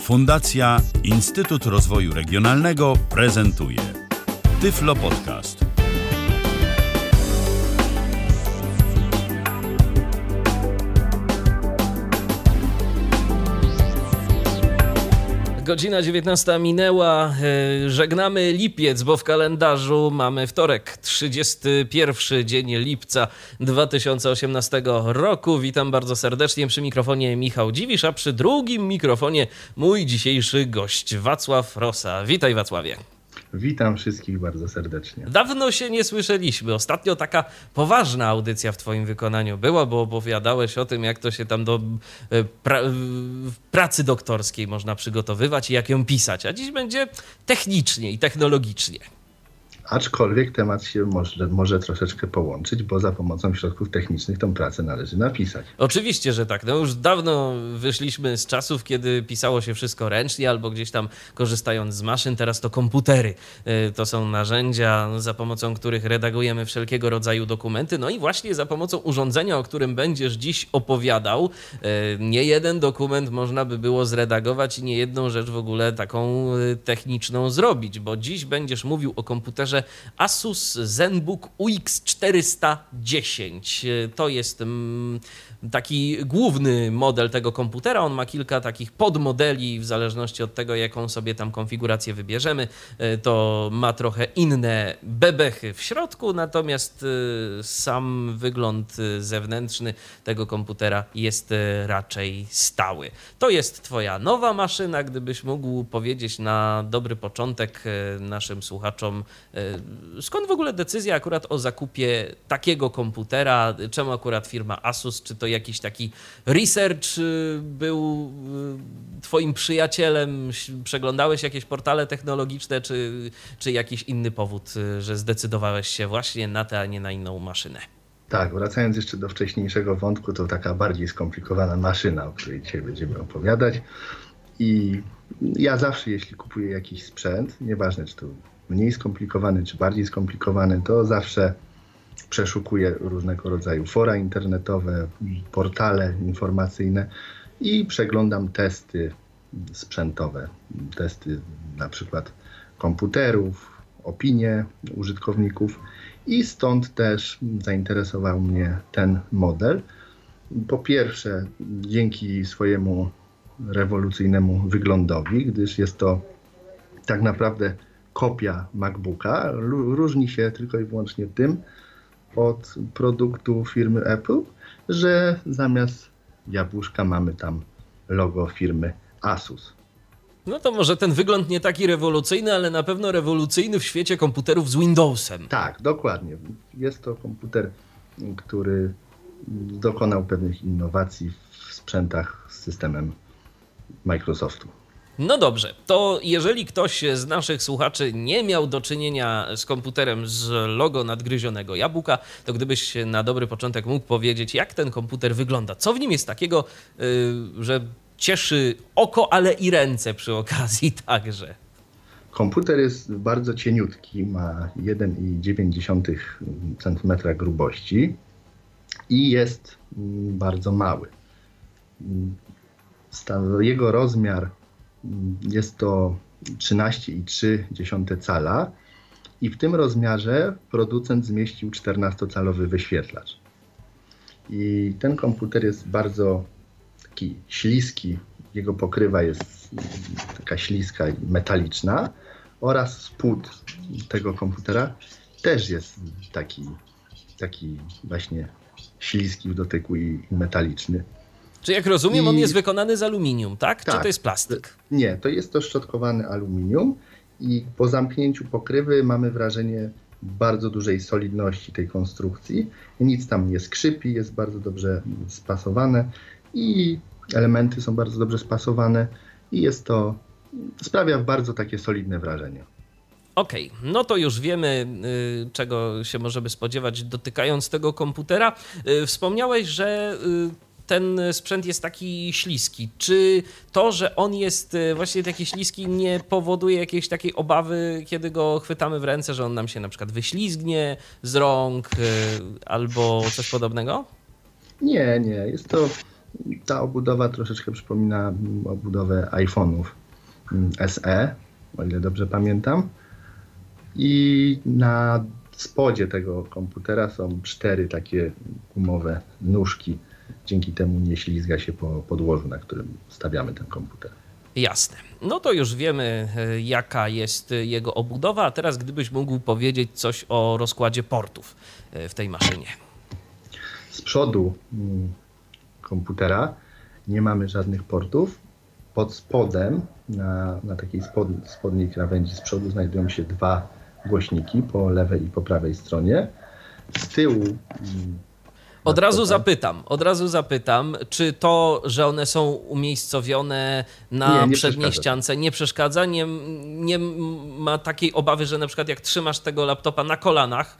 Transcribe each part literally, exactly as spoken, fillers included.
Fundacja Instytut Rozwoju Regionalnego prezentuje Tyflo Podcast. Godzina dziewiętnasta minęła, żegnamy lipiec, bo w kalendarzu mamy wtorek, trzydziesty pierwszy dzień lipca dwa tysiące osiemnastego roku. Witam bardzo serdecznie, przy mikrofonie Michał Dziwisz, a przy drugim mikrofonie mój dzisiejszy gość Wacław Rosa. Witaj, Wacławie. Witam wszystkich bardzo serdecznie. Dawno się nie słyszeliśmy. Ostatnio taka poważna audycja w twoim wykonaniu była, bo opowiadałeś o tym, jak to się tam do pra- pracy doktorskiej można przygotowywać i jak ją pisać. A dziś będzie technicznie i technologicznie. Aczkolwiek temat się może, może troszeczkę połączyć, bo za pomocą środków technicznych tę pracę należy napisać. Oczywiście, że tak. No już dawno wyszliśmy z czasów, kiedy pisało się wszystko ręcznie albo gdzieś tam korzystając z maszyn. Teraz to komputery. To są narzędzia, za pomocą których redagujemy wszelkiego rodzaju dokumenty. No i właśnie za pomocą urządzenia, o którym będziesz dziś opowiadał, nie jeden dokument można by było zredagować i nie jedną rzecz w ogóle taką techniczną zrobić, bo dziś będziesz mówił o komputerze Asus ZenBook U X czterysta dziesięć. To jest taki główny model tego komputera. On ma kilka takich podmodeli w zależności od tego, jaką sobie tam konfigurację wybierzemy. To ma trochę inne bebechy w środku, natomiast sam wygląd zewnętrzny tego komputera jest raczej stały. To jest twoja nowa maszyna. Gdybyś mógł powiedzieć na dobry początek naszym słuchaczom, skąd w ogóle decyzja akurat o zakupie takiego komputera? Czemu akurat firma Asus? Czy to jakiś taki research był twoim przyjacielem? Przeglądałeś jakieś portale technologiczne, czy, czy jakiś inny powód, że zdecydowałeś się właśnie na tę, a nie na inną maszynę? Tak, wracając jeszcze do wcześniejszego wątku, to taka bardziej skomplikowana maszyna, o której dzisiaj będziemy opowiadać. I ja zawsze, jeśli kupuję jakiś sprzęt, nieważne czy to mniej skomplikowany, czy bardziej skomplikowany, to zawsze przeszukuję różnego rodzaju fora internetowe, portale informacyjne i przeglądam testy sprzętowe, testy na przykład komputerów, opinie użytkowników i stąd też zainteresował mnie ten model. Po pierwsze, dzięki swojemu rewolucyjnemu wyglądowi, gdyż jest to tak naprawdę kopia MacBooka, różni się tylko i wyłącznie tym od produktu firmy Apple, że zamiast jabłuszka mamy tam logo firmy Asus. No to może ten wygląd nie taki rewolucyjny, ale na pewno rewolucyjny w świecie komputerów z Windowsem. Tak, dokładnie. Jest to komputer, który dokonał pewnych innowacji w sprzętach z systemem Microsoftu. No dobrze, to jeżeli ktoś z naszych słuchaczy nie miał do czynienia z komputerem z logo nadgryzionego jabłka, to gdybyś na dobry początek mógł powiedzieć, jak ten komputer wygląda, co w nim jest takiego, yy, że cieszy oko, ale i ręce przy okazji także. Komputer jest bardzo cieniutki, ma jeden przecinek dziewięć centymetra grubości i jest bardzo mały. Jego rozmiar jest to trzynaście przecinek trzy cala i w tym rozmiarze producent zmieścił czternastocalowy wyświetlacz. I ten komputer jest bardzo taki śliski, jego pokrywa jest taka śliska i metaliczna oraz spód tego komputera też jest taki, taki właśnie śliski w dotyku i metaliczny. Czy jak rozumiem, I... on jest wykonany z aluminium, tak? tak? Czy to jest plastik? Nie, to jest to szczotkowany aluminium i po zamknięciu pokrywy mamy wrażenie bardzo dużej solidności tej konstrukcji. Nic tam nie skrzypi, jest bardzo dobrze spasowane i elementy są bardzo dobrze spasowane i jest to, sprawia bardzo takie solidne wrażenie. Okej, okay, no to już wiemy, y, czego się możemy spodziewać dotykając tego komputera. Y, wspomniałeś, że y, ten sprzęt jest taki śliski. Czy to, że on jest właśnie taki śliski, nie powoduje jakiejś takiej obawy, kiedy go chwytamy w ręce, że on nam się na przykład wyślizgnie z rąk albo coś podobnego? Nie, nie. Jest to Ta obudowa troszeczkę przypomina obudowę iPhone'ów S E, o ile dobrze pamiętam. I na spodzie tego komputera są cztery takie gumowe nóżki. Dzięki temu nie ślizga się po podłożu, na którym stawiamy ten komputer. Jasne. No to już wiemy, jaka jest jego obudowa, a teraz gdybyś mógł powiedzieć coś o rozkładzie portów w tej maszynie. Z przodu komputera nie mamy żadnych portów. Pod spodem, na, na takiej spod, spodniej krawędzi z przodu znajdują się dwa głośniki po lewej i po prawej stronie. Z tyłu... Od razu zapytam, od razu zapytam, czy to, że one są umiejscowione na nie, nie przedniej przeszkadza. ściance, nie przeszkadza? Nie, nie ma takiej obawy, że na przykład jak trzymasz tego laptopa na kolanach,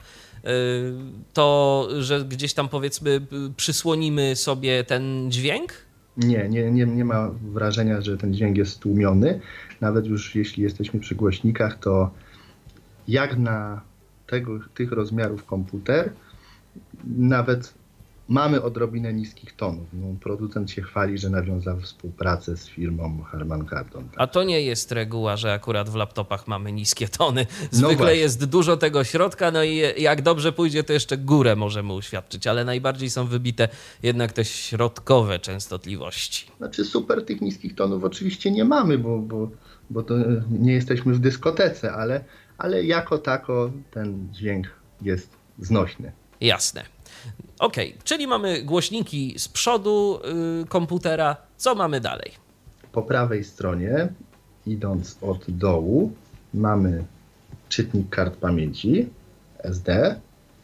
to że gdzieś tam powiedzmy przysłonimy sobie ten dźwięk? Nie, nie, nie, nie ma wrażenia, że ten dźwięk jest stłumiony. Nawet już jeśli jesteśmy przy głośnikach, to jak na tego, tych rozmiarów komputer, nawet mamy odrobinę niskich tonów. No, producent się chwali, że nawiązał współpracę z firmą Harman Kardon. A to nie jest reguła, że akurat w laptopach mamy niskie tony. Zwykle no jest dużo tego środka, no i jak dobrze pójdzie, to jeszcze górę możemy uświadczyć, ale najbardziej są wybite jednak te środkowe częstotliwości. Znaczy super tych niskich tonów oczywiście nie mamy, bo, bo, bo to nie jesteśmy w dyskotece, ale, ale jako tako ten dźwięk jest znośny. Jasne. Okej, okay, czyli mamy głośniki z przodu yy, komputera. Co mamy dalej? Po prawej stronie, idąc od dołu, mamy czytnik kart pamięci S D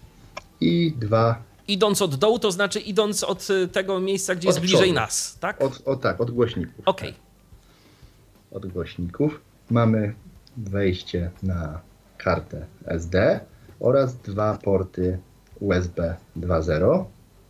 i dwa... Idąc od dołu, to znaczy idąc od tego miejsca, gdzie od jest bliżej przodu. nas, tak? Od, o tak, od głośników. Okej. Okay. Od głośników mamy wejście na kartę S D oraz dwa porty U S B dwa zero,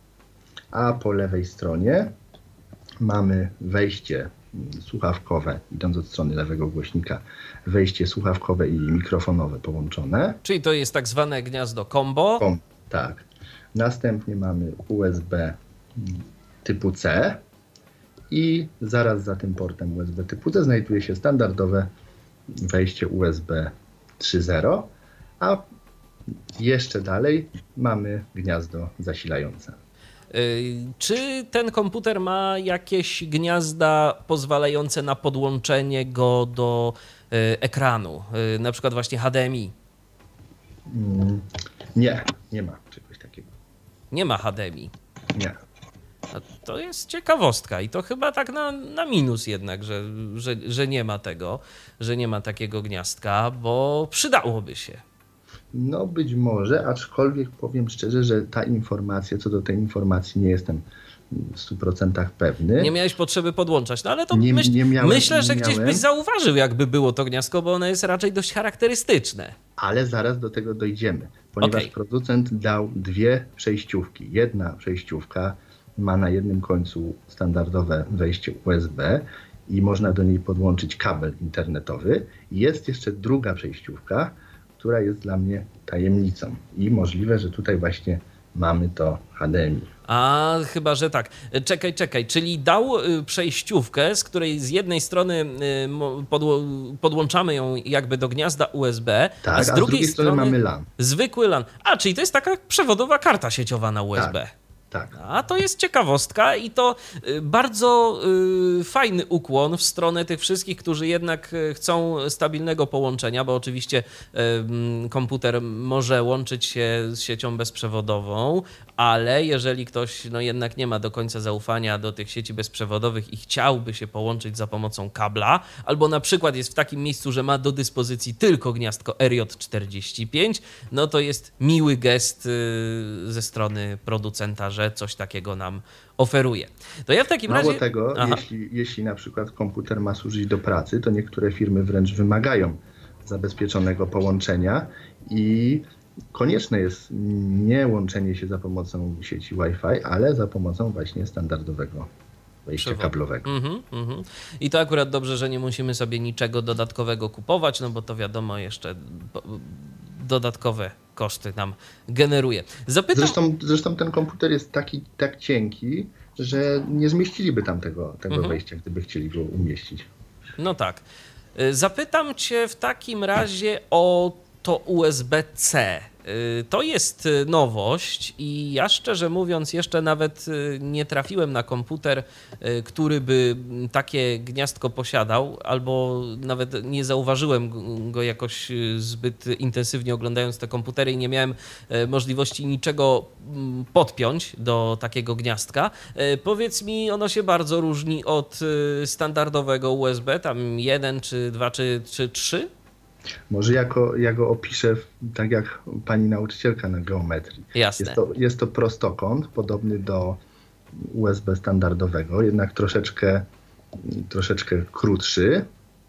a po lewej stronie mamy wejście słuchawkowe, idąc od strony lewego głośnika, wejście słuchawkowe i mikrofonowe połączone. Czyli to jest tak zwane gniazdo combo. Kom, tak. Następnie mamy U S B typu C i zaraz za tym portem U S B typu C znajduje się standardowe wejście U S B trzy zero, a jeszcze dalej mamy gniazdo zasilające. Yy, czy ten komputer ma jakieś gniazda pozwalające na podłączenie go do yy, ekranu, yy, na przykład właśnie H D M I? Mm, nie, nie ma czegoś takiego. Nie ma H D M I? Nie. No, to jest ciekawostka i to chyba tak na, na minus jednak, że, że, że nie ma tego, że nie ma takiego gniazdka, bo przydałoby się. No być może, aczkolwiek powiem szczerze, że ta informacja, co do tej informacji nie jestem w stu procentach pewny. Nie miałeś potrzeby podłączać, no ale to nie, myśl, nie miałem, myślę, że nie gdzieś miałem. byś zauważył, jakby było to gniazdko, bo ono jest raczej dość charakterystyczne. Ale zaraz do tego dojdziemy, ponieważ Okay. producent dał dwie przejściówki. Jedna przejściówka ma na jednym końcu standardowe wejście U S B i można do niej podłączyć kabel internetowy. Jest jeszcze druga przejściówka, która jest dla mnie tajemnicą i możliwe, że tutaj właśnie mamy to H D M I. A chyba, że tak. Czekaj, czekaj, czyli dał przejściówkę, z której z jednej strony podło- podłączamy ją jakby do gniazda U S B, Tak, a z drugiej, a z drugiej strony, strony mamy LAN. Zwykły LAN. A, czyli to jest taka przewodowa karta sieciowa na U S B. Tak. Tak. A to jest ciekawostka i to bardzo y, fajny ukłon w stronę tych wszystkich, którzy jednak chcą stabilnego połączenia, bo oczywiście y, komputer może łączyć się z siecią bezprzewodową, ale jeżeli ktoś no, jednak nie ma do końca zaufania do tych sieci bezprzewodowych i chciałby się połączyć za pomocą kabla, albo na przykład jest w takim miejscu, że ma do dyspozycji tylko gniazdko R J czterdzieści pięć, no to jest miły gest y, ze strony producenta, że coś takiego nam oferuje. To ja w takim Mało razie... tego, jeśli, jeśli na przykład komputer ma służyć do pracy, to niektóre firmy wręcz wymagają zabezpieczonego połączenia i konieczne jest nie łączenie się za pomocą sieci Wi-Fi, ale za pomocą właśnie standardowego wejścia Przewod. kablowego. Mhm, mhm. I to akurat dobrze, że nie musimy sobie niczego dodatkowego kupować, no bo to wiadomo jeszcze dodatkowe koszty nam generuje. Zapytam... Zresztą, zresztą ten komputer jest taki tak cienki, że nie zmieściliby tam tego, tego mhm. wejścia, gdyby chcieli go umieścić. No tak. Zapytam cię w takim razie o to U S B C. To jest nowość i ja szczerze mówiąc jeszcze nawet nie trafiłem na komputer, który by takie gniazdko posiadał, albo nawet nie zauważyłem go jakoś zbyt intensywnie oglądając te komputery i nie miałem możliwości niczego podpiąć do takiego gniazdka. Powiedz mi, ono się bardzo różni od standardowego U S B, tam jeden, czy dwa, czy, czy trzy? Może jako, ja go opiszę tak jak pani nauczycielka na geometrii. Jasne. Jest to, jest to prostokąt podobny do U S B standardowego, jednak troszeczkę, troszeczkę krótszy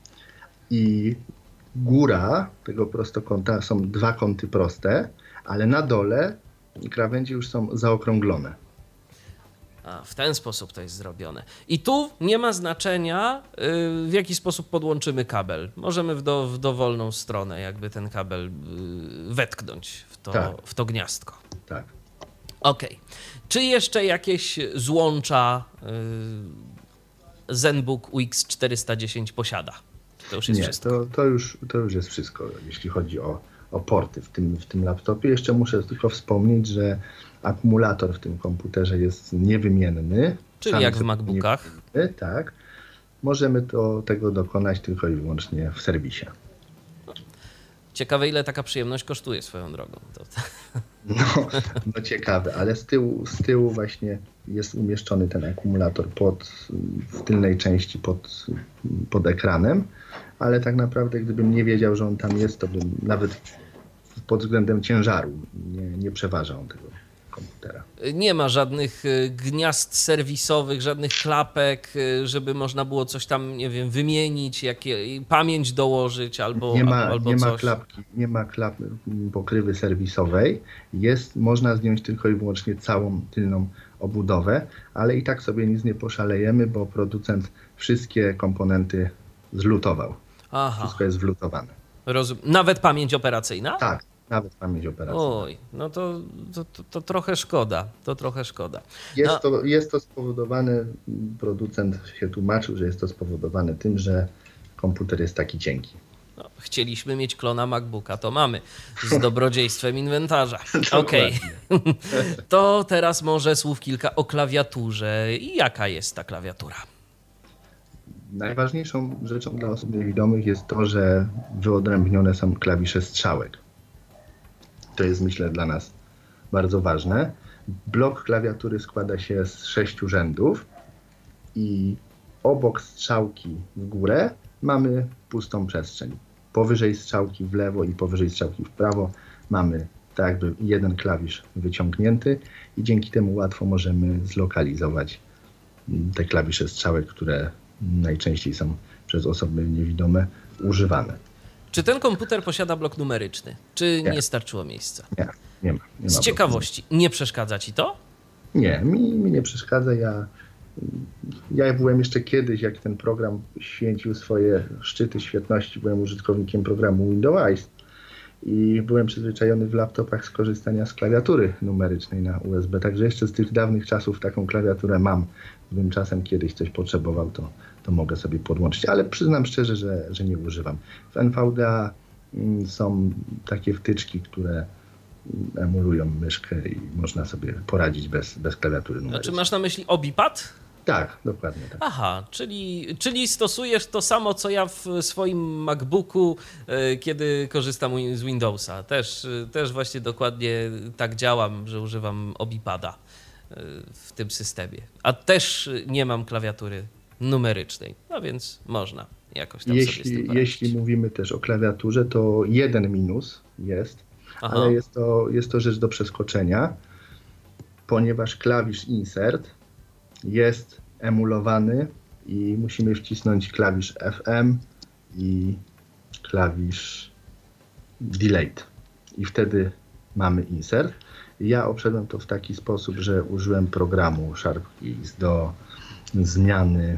i góra tego prostokąta są dwa kąty proste, ale na dole krawędzie już są zaokrąglone. A, w ten sposób to jest zrobione. I tu nie ma znaczenia, yy, w jaki sposób podłączymy kabel. Możemy w, do, w dowolną stronę jakby ten kabel yy, wetknąć w to, tak. w to gniazdko. Tak. Okej. Okay. Czy jeszcze jakieś złącza yy, ZenBook U X czterysta dziesięć posiada? To już jest nie, wszystko? To, to, już, to już jest wszystko, jeśli chodzi o, o porty w tym, w tym laptopie. Jeszcze muszę tylko wspomnieć, że akumulator w tym komputerze jest niewymienny. Czyli Sam jak w MacBookach. Tak. Możemy to, tego dokonać tylko i wyłącznie w serwisie. Ciekawe, ile taka przyjemność kosztuje swoją drogą. To... No, no ciekawe, ale z tyłu, z tyłu właśnie jest umieszczony ten akumulator pod, w tylnej części pod, pod ekranem, ale tak naprawdę gdybym nie wiedział, że on tam jest, to bym nawet pod względem ciężaru nie, nie przeważa on tego komputera. Nie ma żadnych gniazd serwisowych, żadnych klapek, żeby można było coś tam, nie wiem, wymienić, jakie, pamięć dołożyć albo, nie ma, albo nie coś. Ma klapki, nie ma klap, pokrywy serwisowej. Jest, można zdjąć tylko i wyłącznie całą tylną obudowę, ale i tak sobie nic nie poszalejemy, bo producent wszystkie komponenty zlutował. Aha. Wszystko jest wlutowane. Rozum- Nawet pamięć operacyjna? Tak. Nawet pamięć operacyjna. Oj, no to, to, to, to trochę szkoda, to trochę szkoda. Jest, no. to, jest to spowodowane, producent się tłumaczył, że jest to spowodowane tym, że komputer jest taki cienki. No, chcieliśmy mieć klona MacBooka, to mamy, z dobrodziejstwem inwentarza. Okej, okay. To teraz może słów kilka o klawiaturze. I jaka jest ta klawiatura? Najważniejszą rzeczą dla osób niewidomych jest to, że wyodrębnione są klawisze strzałek. To jest, myślę, dla nas bardzo ważne. Blok klawiatury składa się z sześciu rzędów i obok strzałki w górę mamy pustą przestrzeń. Powyżej strzałki w lewo i powyżej strzałki w prawo mamy tak jakby jeden klawisz wyciągnięty i dzięki temu łatwo możemy zlokalizować te klawisze strzałek, które najczęściej są przez osoby niewidome używane. Czy ten komputer posiada blok numeryczny? Czy nie, nie starczyło miejsca? Nie, nie ma. Nie Z ma ciekawości, nie przeszkadza ci to? Nie, mi, mi nie przeszkadza. Ja, ja byłem jeszcze kiedyś, jak ten program święcił swoje szczyty świetności, byłem użytkownikiem programu Windows i byłem przyzwyczajony w laptopach z korzystania z klawiatury numerycznej na U S B. Także jeszcze z tych dawnych czasów taką klawiaturę mam. Gdybym czasem kiedyś coś potrzebował, to, to mogę sobie podłączyć. Ale przyznam szczerze, że, że nie używam. W N V D A mm, są takie wtyczki, które emulują myszkę i można sobie poradzić bez, bez klawiatury numerycznej. A czy masz na myśli Obipad? Tak, dokładnie tak. Aha, czyli, czyli stosujesz to samo, co ja w swoim MacBooku, kiedy korzystam z Windowsa. Też, też właśnie dokładnie tak działam, że używam Obipada w tym systemie. A też nie mam klawiatury numerycznej, no więc można jakoś tam jeśli, sobie z tym poradzić. Jeśli mówimy też o klawiaturze, to jeden minus jest, Aha. ale jest to, jest to rzecz do przeskoczenia, ponieważ klawisz insert jest emulowany i musimy wcisnąć klawisz F M i klawisz delete i wtedy mamy insert. Ja obszedłem to w taki sposób, że użyłem programu SharpKeys do zmiany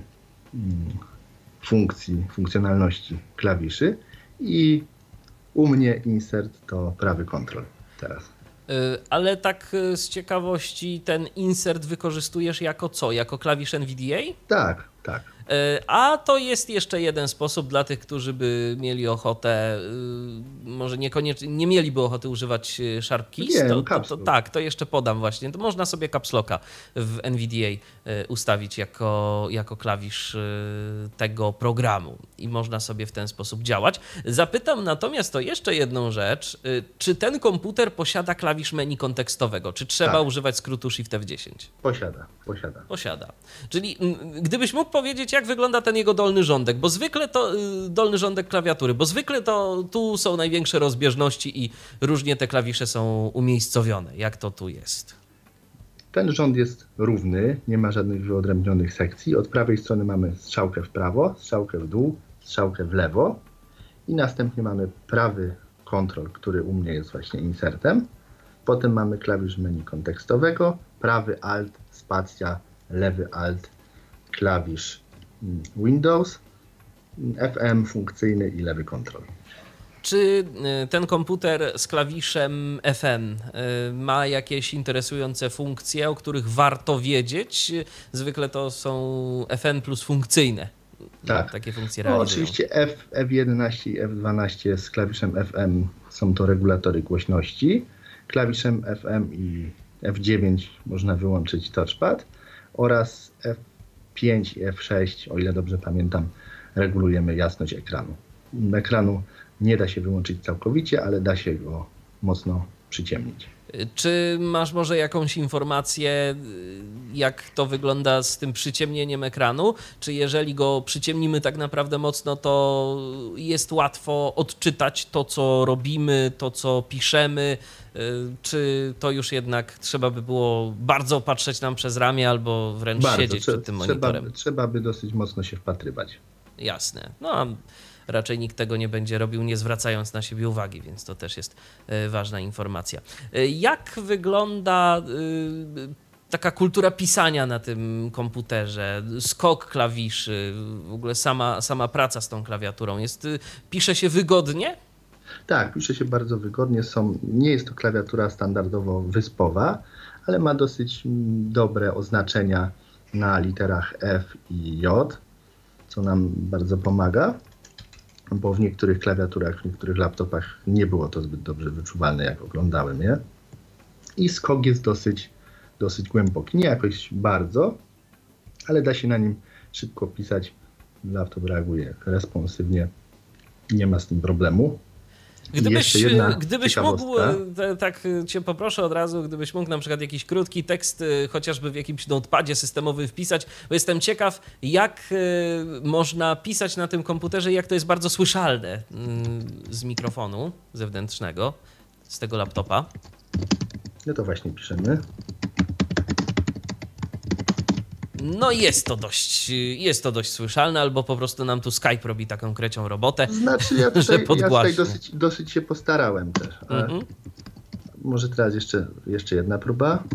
funkcji, funkcjonalności klawiszy i u mnie insert to prawy kontrol. teraz. Ale tak z ciekawości ten insert wykorzystujesz jako co? Jako klawisz N V D A? Tak, tak. A to jest jeszcze jeden sposób dla tych, którzy by mieli ochotę, może niekoniecznie, nie mieliby ochoty używać Sharp Keys, Nie, to, to, to tak, to jeszcze podam właśnie. To można sobie caps locka w N V D A ustawić jako, jako klawisz tego programu i można sobie w ten sposób działać. Zapytam natomiast o jeszcze jedną rzecz. Czy ten komputer posiada klawisz menu kontekstowego? Czy trzeba tak. używać skrótu Shift F dziesięć? Posiada, posiada. Posiada. Czyli gdybyś mógł powiedzieć, jak wygląda ten jego dolny rządek, bo zwykle to dolny rządek klawiatury, bo zwykle to tu są największe rozbieżności i różnie te klawisze są umiejscowione. Jak to tu jest? Ten rząd jest równy, nie ma żadnych wyodrębnionych sekcji. Od prawej strony mamy strzałkę w prawo, strzałkę w dół, strzałkę w lewo i następnie mamy prawy kontrol, który u mnie jest właśnie insertem. Potem mamy klawisz menu kontekstowego, prawy Alt, spacja, lewy Alt, klawisz Windows, F M funkcyjny i lewy kontrol. Czy ten komputer z klawiszem F M ma jakieś interesujące funkcje, o których warto wiedzieć? Zwykle to są F M plus funkcyjne. Tak. Takie funkcje no, realizują. Oczywiście F, F jedenaście i F dwanaście z klawiszem F M są to regulatory głośności. Klawiszem F M i F dziewięć można wyłączyć touchpad oraz F pięć i F sześć, o ile dobrze pamiętam, regulujemy jasność ekranu. Ekranu nie da się wyłączyć całkowicie, ale da się go mocno przyciemnić. Czy masz może jakąś informację, jak to wygląda z tym przyciemnieniem ekranu? Czy jeżeli go przyciemnimy tak naprawdę mocno, to jest łatwo odczytać to, co robimy, to, co piszemy? Czy to już jednak trzeba by było bardzo patrzeć nam przez ramię albo wręcz bardzo, siedzieć przed tym monitorem? Trzeba, trzeba by dosyć mocno się wpatrywać. Jasne. No a raczej nikt tego nie będzie robił, nie zwracając na siebie uwagi, więc to też jest ważna informacja. Jak wygląda taka kultura pisania na tym komputerze? Skok klawiszy, w ogóle sama, sama praca z tą klawiaturą. Jest, pisze się wygodnie? Tak, pisze się bardzo wygodnie. Są, nie jest to klawiatura standardowo wyspowa, ale ma dosyć dobre oznaczenia na literach F i J, co nam bardzo pomaga, bo w niektórych klawiaturach, w niektórych laptopach nie było to zbyt dobrze wyczuwalne, jak oglądałem je. I skok jest dosyć, dosyć głęboki. Nie jakoś bardzo, ale da się na nim szybko pisać. Laptop reaguje responsywnie, nie ma z tym problemu. Gdybyś, gdybyś mógł, tak cię poproszę od razu, gdybyś mógł na przykład jakiś krótki tekst chociażby w jakimś notepadzie systemowym wpisać, bo jestem ciekaw, jak można pisać na tym komputerze i jak to jest bardzo słyszalne z mikrofonu zewnętrznego, z tego laptopa. No to właśnie piszemy. No jest to dość, jest to dość słyszalne, albo po prostu nam tu Skype robi taką krecią robotę. Znaczy ja tutaj, ja tutaj dosyć, dosyć się postarałem też. Mm-hmm. Może teraz jeszcze, jeszcze jedna próba.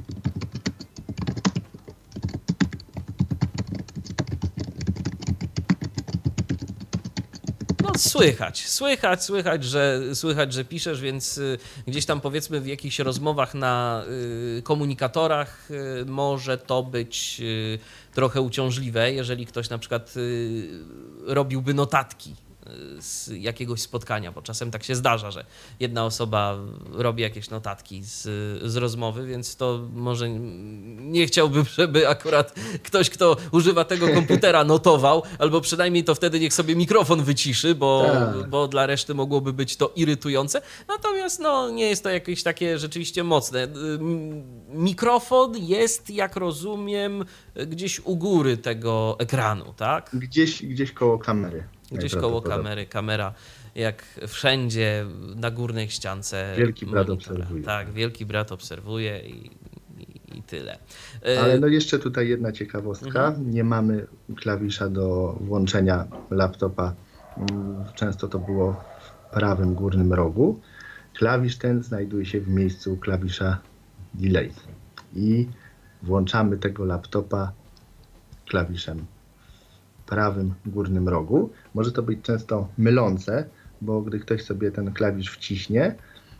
No słychać, słychać, słychać, że, słychać, że piszesz, więc gdzieś tam powiedzmy w jakichś rozmowach na komunikatorach może to być trochę uciążliwe, jeżeli ktoś na przykład robiłby notatki z jakiegoś spotkania, bo czasem tak się zdarza, że jedna osoba robi jakieś notatki z, z rozmowy, więc to może nie chciałbym, żeby akurat ktoś, kto używa tego komputera, notował, albo przynajmniej to wtedy niech sobie mikrofon wyciszy, bo, bo dla reszty mogłoby być to irytujące. Natomiast no, nie jest to jakieś takie rzeczywiście mocne. Mikrofon jest, jak rozumiem, gdzieś u góry tego ekranu, tak? Gdzieś, gdzieś koło kamery. Gdzieś koło kamery, kamera jak wszędzie na górnej ściance. Wielki brat monitora. obserwuje. Tak, wielki brat obserwuje i, i, i tyle. Ale no jeszcze tutaj jedna ciekawostka. Mhm. Nie mamy klawisza do włączenia laptopa. Często to było w prawym górnym rogu. Klawisz ten znajduje się w miejscu klawisza Delay. I włączamy tego laptopa klawiszem prawym górnym rogu. Może to być często mylące, bo gdy ktoś sobie ten klawisz wciśnie,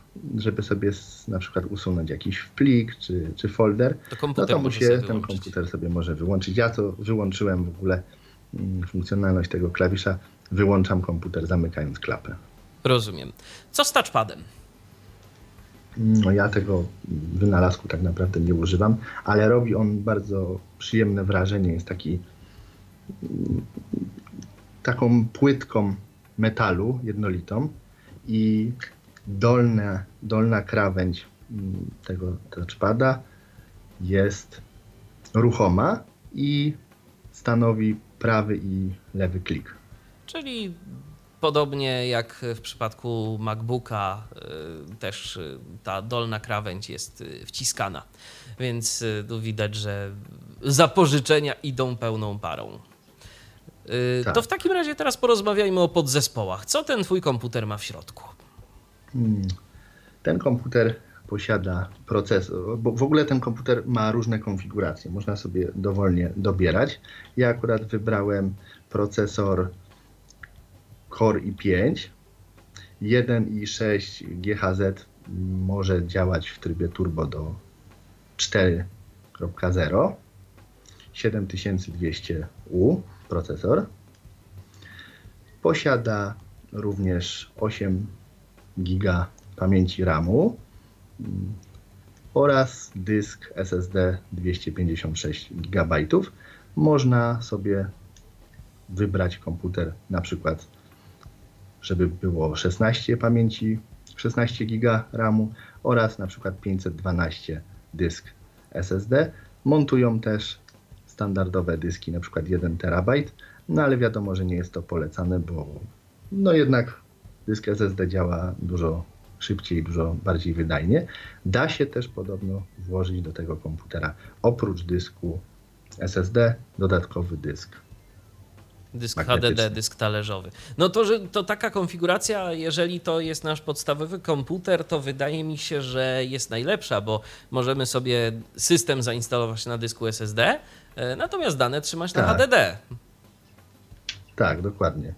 żeby sobie s- na przykład usunąć jakiś plik czy, czy folder, To no komputer to mu może się sobie ten wyłączyć. komputer sobie może wyłączyć. Ja to wyłączyłem w ogóle mm, funkcjonalność tego klawisza. Wyłączam komputer zamykając klapę. Rozumiem. Co z touchpadem? No ja tego wynalazku tak naprawdę nie używam, ale robi on bardzo przyjemne wrażenie. Jest taki mm, taką płytką metalu jednolitą i dolna, dolna krawędź mm, tego touchpada jest ruchoma i stanowi prawy i lewy klik. Czyli podobnie jak w przypadku MacBooka, y, też y, ta dolna krawędź jest y, wciskana, więc y, tu widać, że zapożyczenia idą pełną parą. Y, Tak. To w takim razie teraz porozmawiajmy o podzespołach. Co ten twój komputer ma w środku? Hmm. Ten komputer posiada procesor, bo w ogóle ten komputer ma różne konfiguracje, można sobie dowolnie dobierać. Ja akurat wybrałem procesor Core i pięć, jeden i sześć G H Z może działać w trybie turbo do cztery zero, siedem tysięcy dwieście U procesor. Posiada również osiem giga pamięci ramu mm, oraz dysk S S D dwieście pięćdziesiąt sześć gigabajtów. Można sobie wybrać komputer na przykład, żeby było szesnaście pamięci, szesnaście giga ramu oraz na przykład pięćset dwanaście dysk S S D. Montują też standardowe dyski, na przykład jeden terabajt, no ale wiadomo, że nie jest to polecane, bo no jednak dysk S S D działa dużo szybciej, dużo bardziej wydajnie. Da się też podobno włożyć do tego komputera oprócz dysku S S D dodatkowy dysk. Dysk H D magnetyczny. D, dysk talerzowy. No to, że to taka konfiguracja, jeżeli to jest nasz podstawowy komputer, to wydaje mi się, że jest najlepsza, bo możemy sobie system zainstalować na dysku S S D, e, natomiast dane trzymać na Tak. H D D, Tak, dokładnie.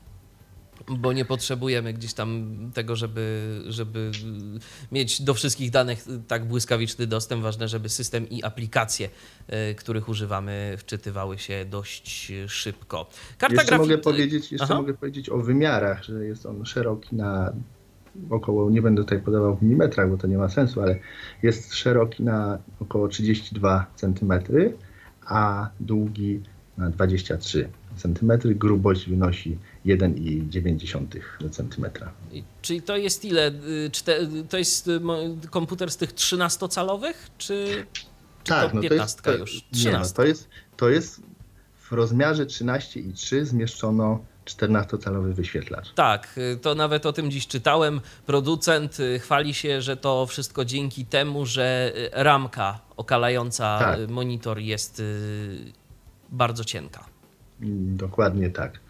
bo nie potrzebujemy gdzieś tam tego, żeby, żeby mieć do wszystkich danych tak błyskawiczny dostęp. Ważne, żeby system i aplikacje, e, których używamy, wczytywały się dość szybko. Karta Jeszcze grafik- mogę powiedzieć, jeszcze Aha. mogę powiedzieć o wymiarach, że jest on szeroki na około, nie będę tutaj podawał w milimetrach, bo to nie ma sensu, ale jest szeroki na około trzydzieści dwa centymetry, a długi na dwadzieścia trzy centymetry. Grubość wynosi jeden i dziewięć centymetra. I- Czyli to jest ile? Y, Czte, to jest y, mo- komputer z tych trzynastocalowych, czy, czy Tak, to no to jest, piętnastka to, już? nie, no, Trzynastka. to jest, to jest w rozmiarze trzynaście i trzy zmieszczono czternastocalowy wyświetlacz. Tak, y, to nawet o tym dziś czytałem. Producent y, chwali się, że to wszystko dzięki temu, że y, ramka okalająca Tak. y, monitor jest y, bardzo cienka. Mm, Dokładnie tak.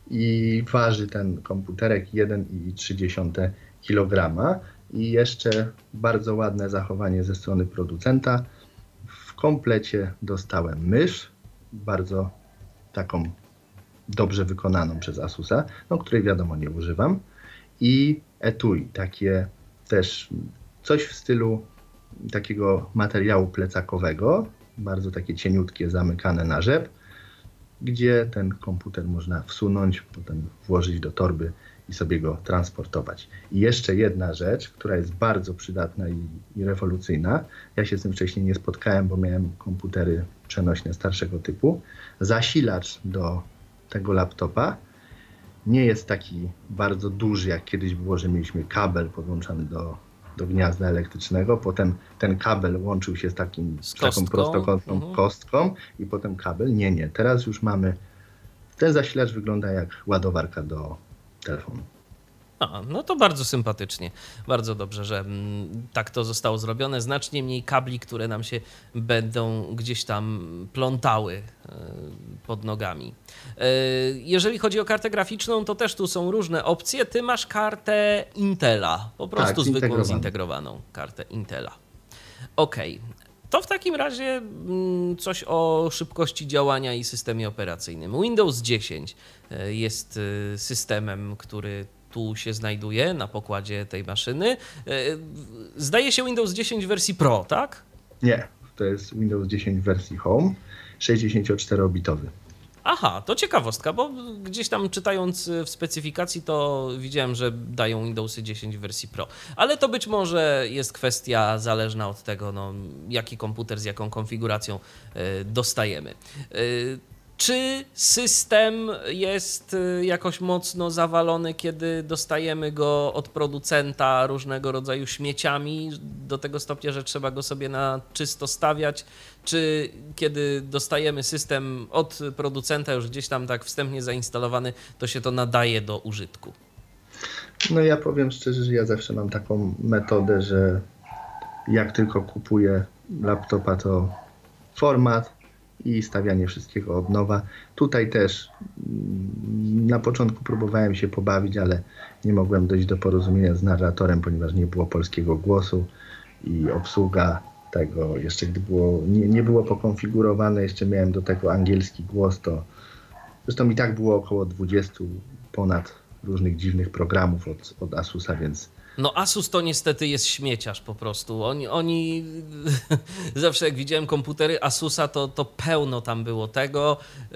I waży ten komputerek jeden i trzy dziesiąte kilograma. I jeszcze bardzo ładne zachowanie ze strony producenta. W komplecie dostałem mysz, bardzo taką dobrze wykonaną przez Asusa, no, której wiadomo nie używam. I etui, takie też coś w stylu takiego materiału plecakowego, bardzo takie cieniutkie, zamykane na rzep, gdzie ten komputer można wsunąć, potem włożyć do torby i sobie go transportować. I jeszcze jedna rzecz, która jest bardzo przydatna i, i rewolucyjna. Ja się z tym wcześniej nie spotkałem, bo miałem komputery przenośne starszego typu. Zasilacz do tego laptopa nie jest taki bardzo duży, jak kiedyś było, że mieliśmy kabel podłączany do, do gniazda elektrycznego. Potem ten kabel łączył się z, takim, Z z taką kostką. prostokątną Mhm. kostką i potem kabel. Nie, nie. Teraz już mamy... Ten zasilacz wygląda jak ładowarka do telefonu. A, no to bardzo sympatycznie. Bardzo dobrze, że mm, tak to zostało zrobione. Znacznie mniej kabli, które nam się będą gdzieś tam plątały e, pod nogami. E, jeżeli chodzi o kartę graficzną, to też tu są różne opcje. Ty masz kartę Intela, po prostu Tak, zwykłą, zintegrowaną. zintegrowaną kartę Intela. Okej. To w takim razie mm, coś o szybkości działania i systemie operacyjnym. Windows dziesięć e, jest e, systemem, który tu się znajduje na pokładzie tej maszyny. Zdaje się Windows dziesięć w wersji Pro, tak? Nie, to jest Windows dziesięć w wersji Home, sześćdziesięcioczterobitowy. Aha, to ciekawostka, bo gdzieś tam czytając w specyfikacji to widziałem, że dają Windowsy dziesięć w wersji Pro. Ale to być może jest kwestia zależna od tego, no, jaki komputer z jaką konfiguracją dostajemy. Czy system jest jakoś mocno zawalony, kiedy dostajemy go od producenta różnego rodzaju śmieciami, do tego stopnia, że trzeba go sobie na czysto stawiać? Czy kiedy dostajemy system od producenta już gdzieś tam tak wstępnie zainstalowany, to się to nadaje do użytku? No ja powiem szczerze, że ja zawsze mam taką metodę, że jak tylko kupuję laptopa, to format i stawianie wszystkiego od nowa. Tutaj też na początku próbowałem się pobawić, ale nie mogłem dojść do porozumienia z narratorem, ponieważ nie było polskiego głosu i obsługa tego jeszcze gdy było, nie, nie było pokonfigurowane, jeszcze miałem do tego angielski głos, to zresztą i tak było około dwudziestu ponad różnych dziwnych programów od, od Asusa, więc no Asus to niestety jest śmieciarz po prostu. Oni, oni zawsze jak widziałem komputery Asusa, to, to pełno tam było tego. Yy,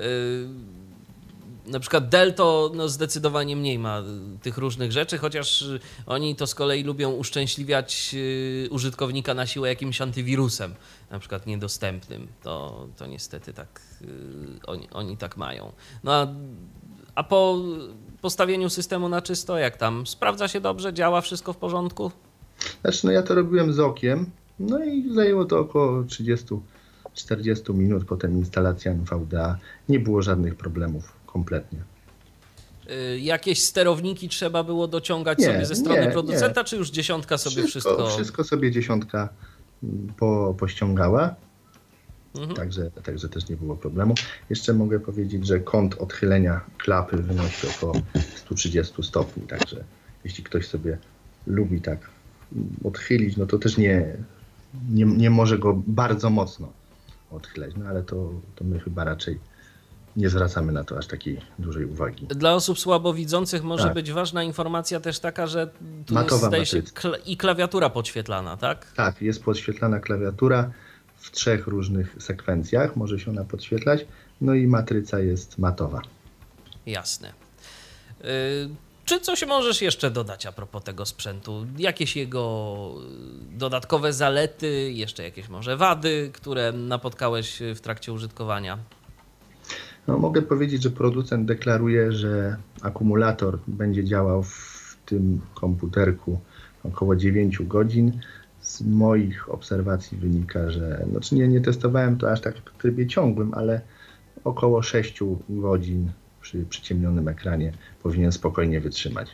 na przykład Dell to no, zdecydowanie mniej ma tych różnych rzeczy, chociaż oni to z kolei lubią uszczęśliwiać yy, użytkownika na siłę jakimś antywirusem, na przykład niedostępnym. To, to niestety tak yy, oni, oni tak mają. No a, a po postawieniu systemu na czysto, jak tam? Sprawdza się dobrze? Działa wszystko w porządku? Znaczy, no ja to robiłem z okiem, no i zajęło to około trzydzieści do czterdziestu minut, potem instalacja N V D A. Nie było żadnych problemów kompletnie. Yy, jakieś sterowniki trzeba było dociągać nie, sobie ze strony nie, producenta, nie. czy już dziesiątka sobie wszystko? Wszystko, wszystko sobie dziesiątka po, pościągała. Mhm. Także, także też nie było problemu. Jeszcze mogę powiedzieć, że kąt odchylenia klapy wynosi około sto trzydzieści stopni, także jeśli ktoś sobie lubi tak odchylić, no to też nie, nie, nie może go bardzo mocno odchylać, no ale to, to my chyba raczej nie zwracamy na to aż takiej dużej uwagi. Dla osób słabowidzących może Tak. być ważna informacja też taka, że tu Matowa jest, zdaje się, matryca. kla- i klawiatura podświetlana, tak? Tak, jest podświetlana klawiatura w trzech różnych sekwencjach, może się ona podświetlać, no i matryca jest matowa. Jasne. Yy, czy coś możesz jeszcze dodać a propos tego sprzętu? Jakieś jego dodatkowe zalety, jeszcze jakieś może wady, które napotkałeś w trakcie użytkowania? No, mogę powiedzieć, że producent deklaruje, że akumulator będzie działał w tym komputerku około dziewięć godzin. Z moich obserwacji wynika, że znaczy nie, nie testowałem to aż tak w trybie ciągłym, ale około sześć godzin przy przyciemnionym ekranie powinien spokojnie wytrzymać.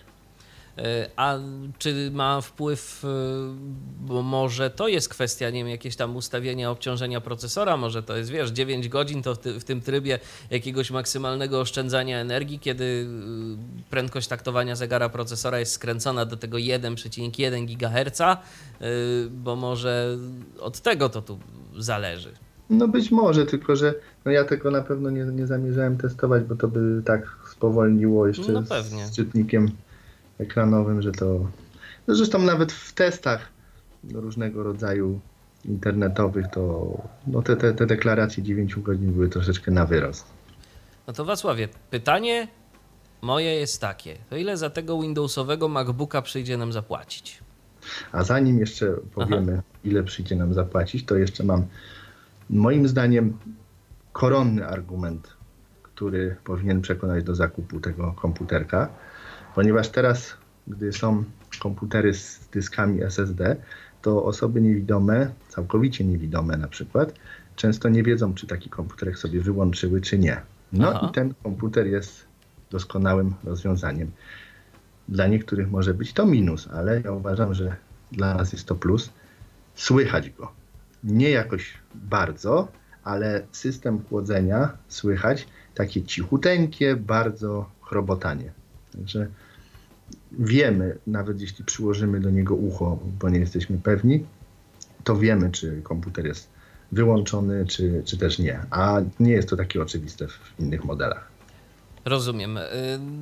A czy ma wpływ, bo może to jest kwestia, nie wiem, jakieś tam ustawienia obciążenia procesora, może to jest, wiesz, dziewięć godzin to w, ty, w tym trybie jakiegoś maksymalnego oszczędzania energii, kiedy prędkość taktowania zegara procesora jest skręcona do tego jeden przecinek jeden gigaherca, bo może od tego to tu zależy. No być może, tylko że no ja tego na pewno nie, nie zamierzałem testować, bo to by tak spowolniło jeszcze no pewnie. z czytnikiem ekranowym, że to... No zresztą nawet w testach różnego rodzaju internetowych to no te, te, te deklaracje dziewięć godzin były troszeczkę na wyrost. No to Wacławie, pytanie moje jest takie, to ile za tego Windowsowego MacBooka przyjdzie nam zapłacić? A zanim jeszcze powiemy, Aha. ile przyjdzie nam zapłacić, to jeszcze mam moim zdaniem koronny argument, który powinien przekonać do zakupu tego komputerka, ponieważ teraz, gdy są komputery z dyskami S S D, to osoby niewidome, całkowicie niewidome na przykład, często nie wiedzą, czy taki komputerek sobie wyłączyły, czy nie. No Aha. i ten komputer jest doskonałym rozwiązaniem. Dla niektórych może być to minus, ale ja uważam, że dla nas jest to plus. Słychać go. Nie jakoś bardzo, ale system chłodzenia słychać takie cichuteńkie, bardzo chrobotanie. Także wiemy, nawet jeśli przyłożymy do niego ucho, bo nie jesteśmy pewni, to wiemy, czy komputer jest wyłączony, czy, czy też nie. A nie jest to takie oczywiste w innych modelach. Rozumiem.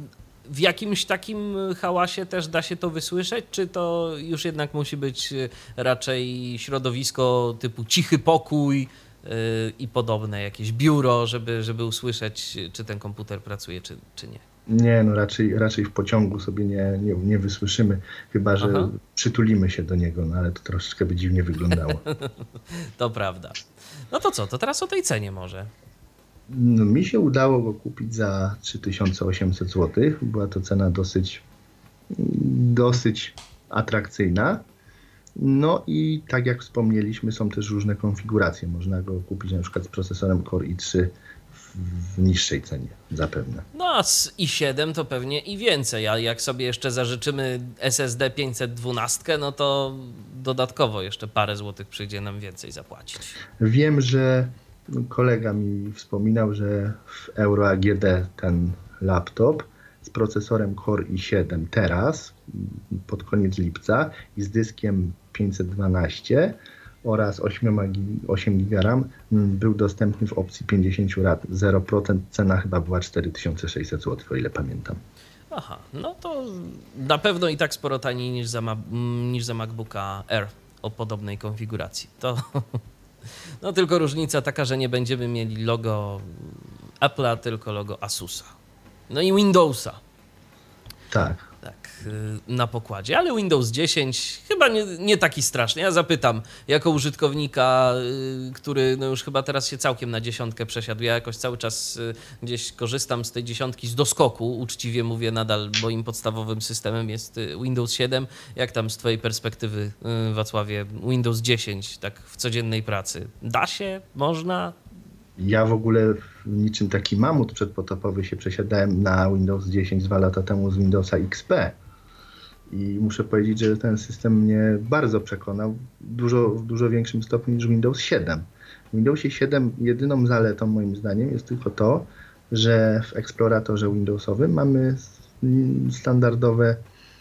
w jakimś takim hałasie też da się to wysłyszeć, czy to już jednak musi być raczej środowisko typu cichy pokój i podobne, jakieś biuro, żeby, żeby usłyszeć, czy ten komputer pracuje, czy, czy nie? Nie, no raczej, raczej w pociągu sobie nie, nie, nie wysłyszymy, chyba że Aha. przytulimy się do niego, no ale to troszeczkę by dziwnie wyglądało. To prawda. No to co, to teraz o tej cenie może. No, mi się udało go kupić za trzy tysiące osiemset złotych. Była to cena dosyć, dosyć atrakcyjna. No i tak jak wspomnieliśmy, są też różne konfiguracje. Można go kupić na przykład z procesorem Core i trzy w niższej cenie zapewne. No a z i siedem to pewnie i więcej, a jak sobie jeszcze zażyczymy S S D pięćset dwanaście, no to dodatkowo jeszcze parę złotych przyjdzie nam więcej zapłacić. Wiem, że kolega mi wspominał, że w Euro A G D ten laptop z procesorem Core i siedem teraz, pod koniec lipca i z dyskiem pięćset dwanaście oraz osiem giga RAM był dostępny w opcji pięćdziesiąt lat zero procent. Cena chyba była cztery tysiące sześćset złotych, o ile pamiętam. Aha, no to na pewno i tak sporo taniej niż za, niż za MacBooka Air o podobnej konfiguracji. To no tylko różnica taka, że nie będziemy mieli logo Apple'a, tylko logo Asusa. No i Windowsa. Tak. Tak, na pokładzie, ale Windows dziesięć chyba nie, nie taki straszny. Ja zapytam, jako użytkownika, który no już chyba teraz się całkiem na dziesiątkę przesiadł, ja jakoś cały czas gdzieś korzystam z tej dziesiątki z doskoku, uczciwie mówię, nadal moim podstawowym systemem jest Windows siedem. Jak tam z twojej perspektywy, Wacławie, Windows dziesięć, tak w codziennej pracy? Da się? Można? Ja w ogóle niczym taki mamut przedpotopowy się przesiadałem na Windows dziesięć dwa lata temu z Windowsa X P i muszę powiedzieć, że ten system mnie bardzo przekonał dużo, w dużo większym stopniu niż Windows siedem. W Windowsie siedem jedyną zaletą moim zdaniem jest tylko to, że w eksploratorze Windowsowym mamy standardowe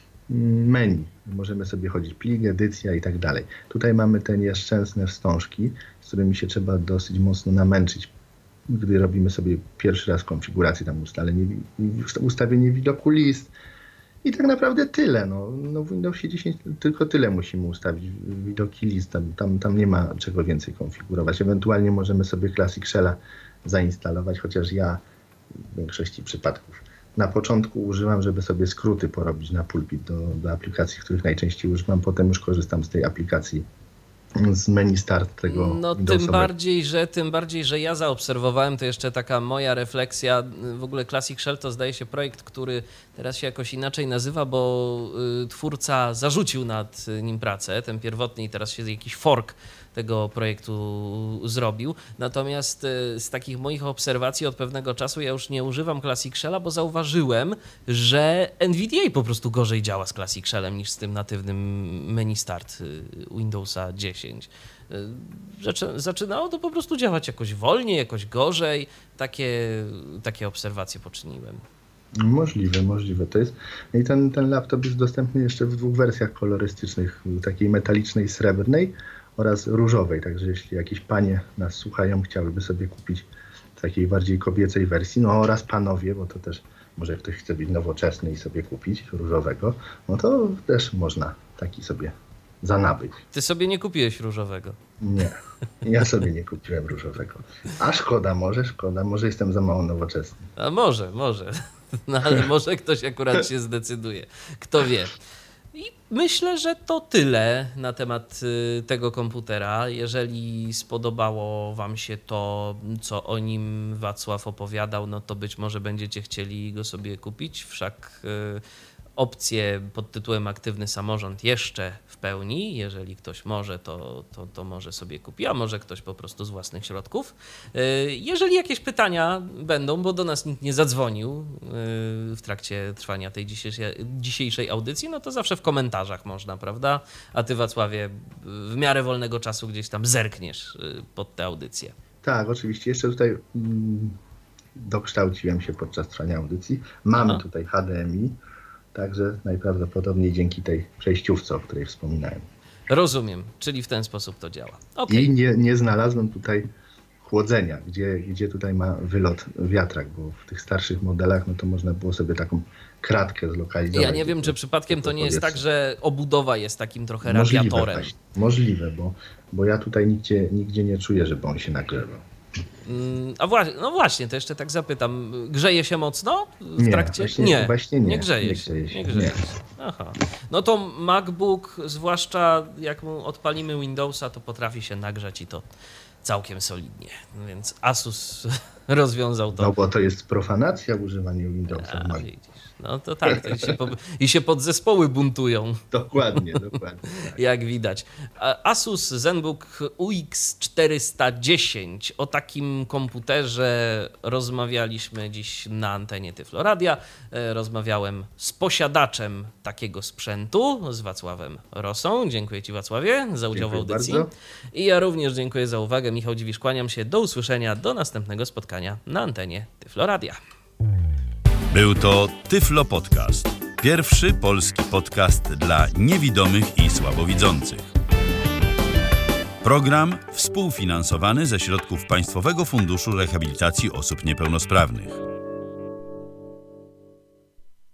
menu. Możemy sobie chodzić plik, edycja i tak dalej. Tutaj mamy te nieszczęsne wstążki, z którymi się trzeba dosyć mocno namęczyć, gdy robimy sobie pierwszy raz konfigurację, tam ustalenie, ustawienie widoku list i tak naprawdę tyle. No, no w Windowsie dziesięć tylko tyle musimy ustawić, widoki list, tam, tam, tam nie ma czego więcej konfigurować. Ewentualnie możemy sobie Classic Shell'a zainstalować, chociaż ja w większości przypadków na początku używam, żeby sobie skróty porobić na pulpit do, do aplikacji, których najczęściej używam. Potem już korzystam z tej aplikacji z menu start tego No tym bardziej, że tym bardziej, że ja zaobserwowałem, to jeszcze taka moja refleksja, w ogóle Classic Shell to zdaje się projekt, który teraz się jakoś inaczej nazywa, bo y, twórca zarzucił nad nim pracę, ten pierwotny, i teraz się jakiś fork tego projektu zrobił. Natomiast z takich moich obserwacji od pewnego czasu ja już nie używam Classic Shell'a, bo zauważyłem, że N V D A po prostu gorzej działa z Classic Shell'em niż z tym natywnym menu start Windowsa dziesięć. Zaczynało to po prostu działać jakoś wolniej, jakoś gorzej. Takie, takie obserwacje poczyniłem. Możliwe, możliwe to jest. I ten, ten laptop jest dostępny jeszcze w dwóch wersjach kolorystycznych, takiej metalicznej, srebrnej oraz różowej, także jeśli jakieś panie nas słuchają, chciałyby sobie kupić w takiej bardziej kobiecej wersji, no oraz panowie, bo to też może ktoś chce być nowoczesny i sobie kupić różowego, no to też można taki sobie zanabyć. Ty sobie nie kupiłeś różowego? Nie, ja sobie nie kupiłem różowego. A szkoda, może szkoda, może jestem za mało nowoczesny. A może, może, no ale może ktoś akurat się zdecyduje, kto wie. I myślę, że to tyle na temat tego komputera. Jeżeli spodobało wam się to, co o nim Wacław opowiadał, no to być może będziecie chcieli go sobie kupić. Wszak opcje pod tytułem Aktywny Samorząd jeszcze w pełni. Jeżeli ktoś może, to, to, to może sobie kupi, a może ktoś po prostu z własnych środków. Jeżeli jakieś pytania będą, bo do nas nikt nie zadzwonił w trakcie trwania tej dzisiejszej, dzisiejszej audycji, no to zawsze w komentarzach można, prawda? A ty, Wacławie, w miarę wolnego czasu gdzieś tam zerkniesz pod tę audycję. Tak, oczywiście. Jeszcze tutaj mm, dokształciłem się podczas trwania audycji. Mamy Aha. tutaj H D M I. Także najprawdopodobniej dzięki tej przejściówce, o której wspominałem. Rozumiem, czyli w ten sposób to działa. Okay. I nie, nie znalazłem tutaj chłodzenia, gdzie, gdzie tutaj ma wylot wiatrak, bo w tych starszych modelach no to można było sobie taką kratkę zlokalizować. Ja nie wiem, czy przypadkiem to nie jest tak, że obudowa jest takim trochę radiatorem. Możliwe, właśnie. Możliwe, bo, bo ja tutaj nigdzie, nigdzie nie czuję, żeby on się nagrzewał. A właśnie, no właśnie, to jeszcze tak zapytam. Grzeje się mocno w nie, trakcie? Właśnie, nie, właśnie nie. Nie grzeje nie się. Grzeje się. Nie grzeje nie. się. Aha. No to MacBook, zwłaszcza jak mu odpalimy Windowsa, to potrafi się nagrzać i to całkiem solidnie. Więc Asus rozwiązał to. No bo to jest profanacja używanie Windowsa. A, widzisz. No to tak, to i, się po, i się podzespoły buntują. Dokładnie, dokładnie. Tak. Jak widać. Asus ZenBook U X czterysta dziesięć. O takim komputerze rozmawialiśmy dziś na antenie Tyflo Radia. Rozmawiałem z posiadaczem takiego sprzętu, z Wacławem Rosą. Dziękuję Ci, Wacławie, za udział Dziękuję w audycji. bardzo. I ja również dziękuję za uwagę. Michał Dziwisz, kłaniam się. Do usłyszenia, do następnego spotkania na antenie Tyflo Radia. Był to Tyflo Podcast. Pierwszy polski podcast dla niewidomych i słabowidzących. Program współfinansowany ze środków Państwowego Funduszu Rehabilitacji Osób Niepełnosprawnych.